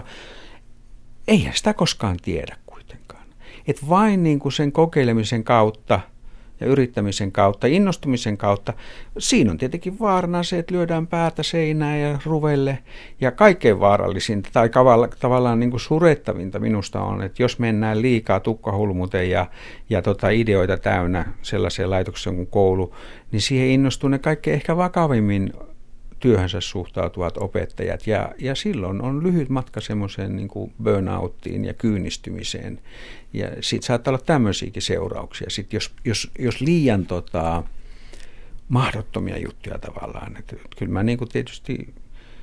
eihän sitä koskaan tiedä. Että vain niin kuin sen kokeilemisen kautta ja yrittämisen kautta, innostumisen kautta, siinä on tietenkin vaarana se, että lyödään päätä seinään ja ruvelle. Ja kaikkein vaarallisinta tai tavallaan niin kuin surettavinta minusta on, että jos mennään liikaa tukkahulmuteen ja, ja tota ideoita täynnä sellaiseen laitokseen kuin koulu, niin siihen innostuu ne kaikkein ehkä vakavimmin työhönsä suhtautuvat opettajat, ja, ja silloin on lyhyt matka semmoiseen niin kuin burnouttiin ja kyynistymiseen, ja sitten saattaa olla tämmöisiäkin seurauksia, sit jos, jos, jos liian tota, mahdottomia juttuja tavallaan, että kyllä mä niin kuin tietysti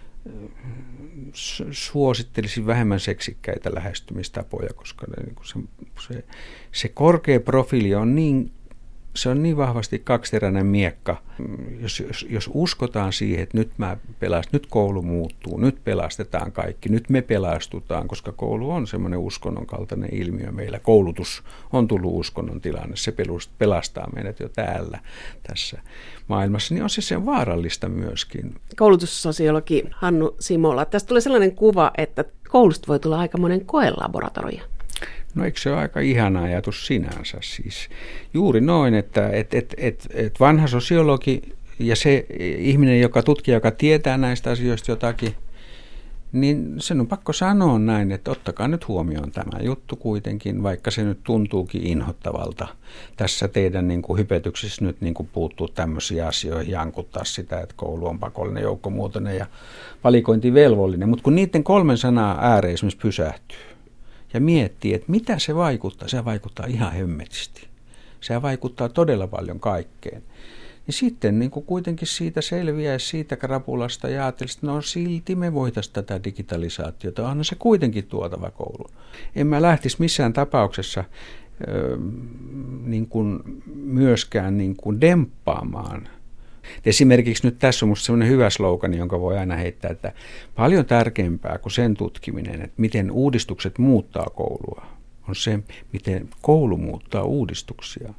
suosittelisin vähemmän seksikkäitä lähestymistapoja, koska niin kuin se, se, se korkea profiili on niin Se on niin vahvasti kaksiteräinen miekka. Jos, jos, jos uskotaan siihen, että nyt, mä pelast, nyt koulu muuttuu, nyt pelastetaan kaikki, nyt me pelastutaan, koska koulu on semmoinen uskonnon kaltainen ilmiö meillä. Koulutus on tullut uskonnon tilanne, se pelastaa meidät jo täällä tässä maailmassa, niin on se sen vaarallista myöskin. Koulutussosiologi Hannu Simola, tästä tulee sellainen kuva, että koulusta voi tulla aikamoinen koelaboratorio. No eikö se ole aika ihana ajatus sinänsä siis? Juuri noin, että et, et, et, et vanha sosiologi ja se ihminen, joka tutkija, joka tietää näistä asioista jotakin, Niin sen on pakko sanoa näin, että ottakaa nyt huomioon tämä juttu kuitenkin, vaikka se nyt tuntuukin inhottavalta. Tässä teidän niin kuin hypetyksissä nyt niin kuin puuttuu tämmöisiä asioihin, jankuttaa sitä, että koulu on pakollinen, joukkomuotoinen ja valikointivelvollinen. Mutta kun niiden kolmen sanaa ääreen esimerkiksi pysähtyy ja miettii, että mitä se vaikuttaa, se vaikuttaa ihan hemmetisti. Se vaikuttaa todella paljon kaikkeen. Ja sitten niin kuin kuitenkin siitä selviäisi siitä krapulasta ja ajattelisi, että no silti me voitaisiin tätä digitalisaatiota, onhan se kuitenkin tuotava kouluun. En mä lähtisi missään tapauksessa ö, niin kuin myöskään niin kuin demppaamaan. Esimerkiksi nyt tässä on musta sellainen hyvä slogani, jonka voi aina heittää, että paljon tärkeämpää kuin sen tutkiminen, että miten uudistukset muuttaa koulua, on se, miten koulu muuttaa uudistuksia.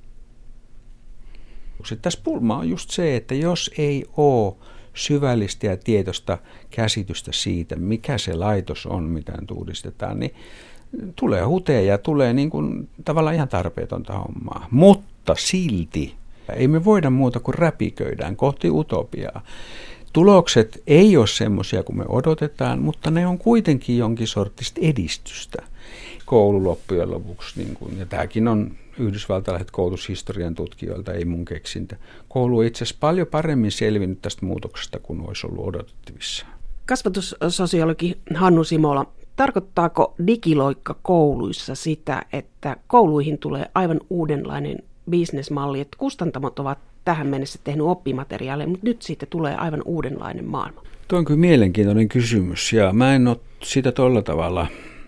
Tässä pulma on just se, että jos ei ole syvällistä ja tietoista käsitystä siitä, mikä se laitos on, mitä nyt uudistetaan, niin tulee huteja ja tulee niin kuin tavallaan ihan tarpeetonta hommaa. Mutta silti ei me voida muuta kuin räpiköidään kohti utopiaa. Tulokset ei ole semmoisia kuin me odotetaan, mutta ne on kuitenkin jonkin sortista edistystä. Koulu loppujen lopuksi, niin kuin, ja tämäkin on yhdysvaltalaiset koulutushistorian tutkijoilta, ei mun keksintä. Koulu on itse asiassa paljon paremmin selvinnyt tästä muutoksesta kuin olisi ollut odotettavissa. Kasvatussosiologi Hannu Simola, tarkoittaako digiloikka kouluissa sitä, että kouluihin tulee aivan uudenlainen bisnesmalli, että kustantamot ovat tähän mennessä tehnyt oppimateriaaleja, mutta nyt siitä tulee aivan uudenlainen maailma? Tuo on kyllä mielenkiintoinen kysymys, ja mä en ole sitä tolla tavalla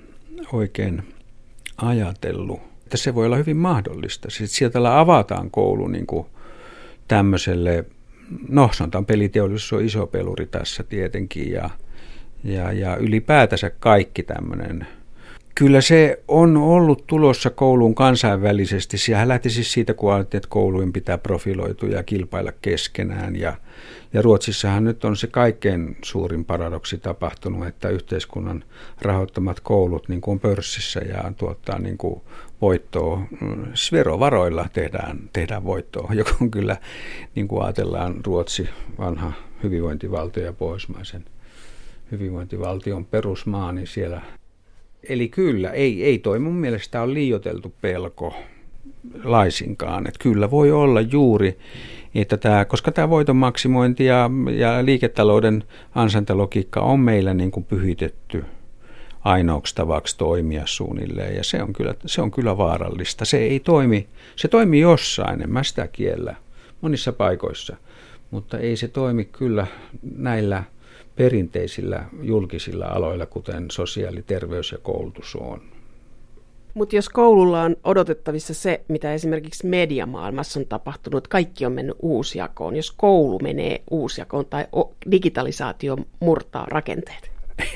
oikein ajatellut, että se voi olla hyvin mahdollista. Siis sieltä avataan koulu niin kuin tämmöiselle, no sanotaan peliteollisuus on iso peluri tässä tietenkin, ja, ja, ja ylipäätänsä kaikki tämmöinen. Kyllä se on ollut tulossa kouluun kansainvälisesti. Sehän lähti siis siitä, kun ajattelin, että koulujen pitää profiloitua ja kilpailla keskenään. Ja, ja Ruotsissahan nyt on se kaikkein suurin paradoksi tapahtunut, että yhteiskunnan rahoittamat koulut niin kuin on pörssissä ja tuottaa niin kuin voittoa. Siis verovaroilla tehdään, tehdään voittoa, joka on kyllä, niin kuin ajatellaan, Ruotsi, vanha hyvinvointivaltio ja pohjoismaisen hyvinvointivaltion perusmaa, niin siellä... Eli kyllä, ei, ei toi mun mielestä ole liioiteltu pelko laisinkaan. Että kyllä voi olla juuri, että tämä, koska tämä voiton maksimointi ja, ja liiketalouden ansaintalogiikka on meillä niin kuin pyhitetty ainoaksi tavaksi toimia suunnilleen. Ja se on kyllä, se on kyllä vaarallista. Se ei toimi, se toimii jossain, en mä sitä kiellä, monissa paikoissa, mutta ei se toimi kyllä näillä perinteisillä julkisilla aloilla, kuten sosiaali-, terveys ja koulutus on. Mutta jos koululla on odotettavissa se, mitä esimerkiksi mediamaailmassa on tapahtunut, kaikki on mennyt uusjakoon. Jos koulu menee uusjakoon tai digitalisaatio murtaa rakenteet?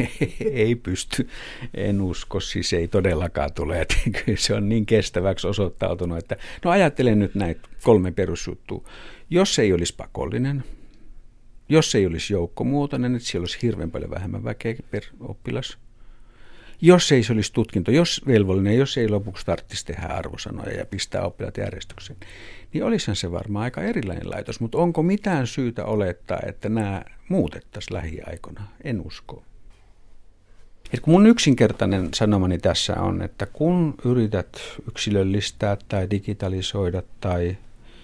Ei pysty, en usko, siis ei todellakaan tule. Että kyllä se on niin kestäväksi osoittautunut, että no ajattelen nyt näitä kolme perusjuttua. Jos se ei olisi pakollinen, jos ei olisi joukkomuotoinen, että siellä olisi hirveän paljon vähemmän väkeä per oppilas. Jos ei se olisi tutkinto, jos velvollinen, jos ei lopuksi tarvitsisi tehdä arvosanoja ja pistää oppilaat järjestykseen, niin olisihan se varmaan aika erilainen laitos. Mutta onko mitään syytä olettaa, että nämä muutettaisiin lähiaikoina? En usko. Et kun mun yksinkertainen sanomani tässä on, että kun yrität yksilöllistää tai digitalisoida tai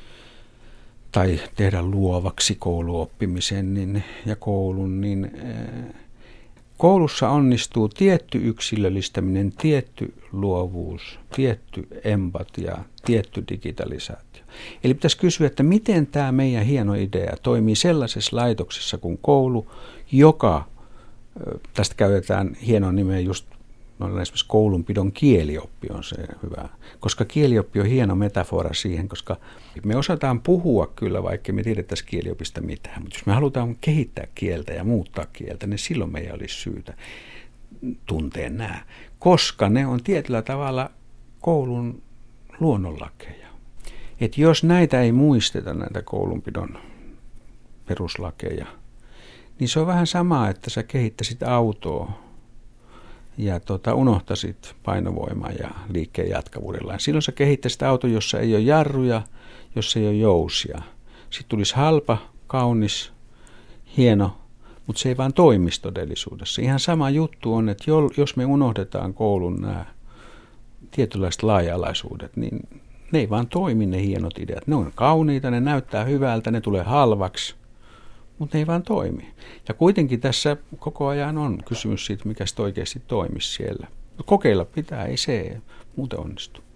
tai tehdä luovaksi kouluoppimisen niin, ja koulun, niin koulussa onnistuu tietty yksilöllistäminen, tietty luovuus, tietty empatia, tietty digitalisaatio. Eli pitäisi kysyä, että miten tämä meidän hieno idea toimii sellaisessa laitoksessa kuin koulu, joka, tästä käytetään hienoa nimeä just, no esimerkiksi koulunpidon kielioppi on se hyvä, koska kielioppi on hieno metafora siihen, koska me osataan puhua kyllä, vaikka me tiedettäisiin kieliopista mitään, mutta jos me halutaan kehittää kieltä ja muuttaa kieltä, niin silloin meidän olisi syytä tuntea nämä, koska ne on tietyllä tavalla koulun luonnonlakeja. Että jos näitä ei muisteta, näitä koulunpidon peruslakeja, niin se on vähän sama, että sä kehittäisit autoa, ja tota, unohtaisit painovoiman ja liikkeen jatkavuudella. Silloin sä kehittäisit auto, jossa ei ole jarruja, jossa ei ole jousia. Sitten tulisi halpa, kaunis, hieno, mutta se ei vaan toimisi todellisuudessa. Ihan sama juttu on, että jos me unohdetaan koulun nämä tietynlaiset laaja-alaisuudet, niin ne ei vaan toimi ne hienot ideat. Ne on kauniita, ne näyttää hyvältä, ne tulee halvaksi, mutta ne ei vaan toimi. Ja kuitenkin tässä koko ajan on kysymys siitä, mikä sitten oikeasti toimisi siellä. Kokeilla pitää, ei se muuten onnistu.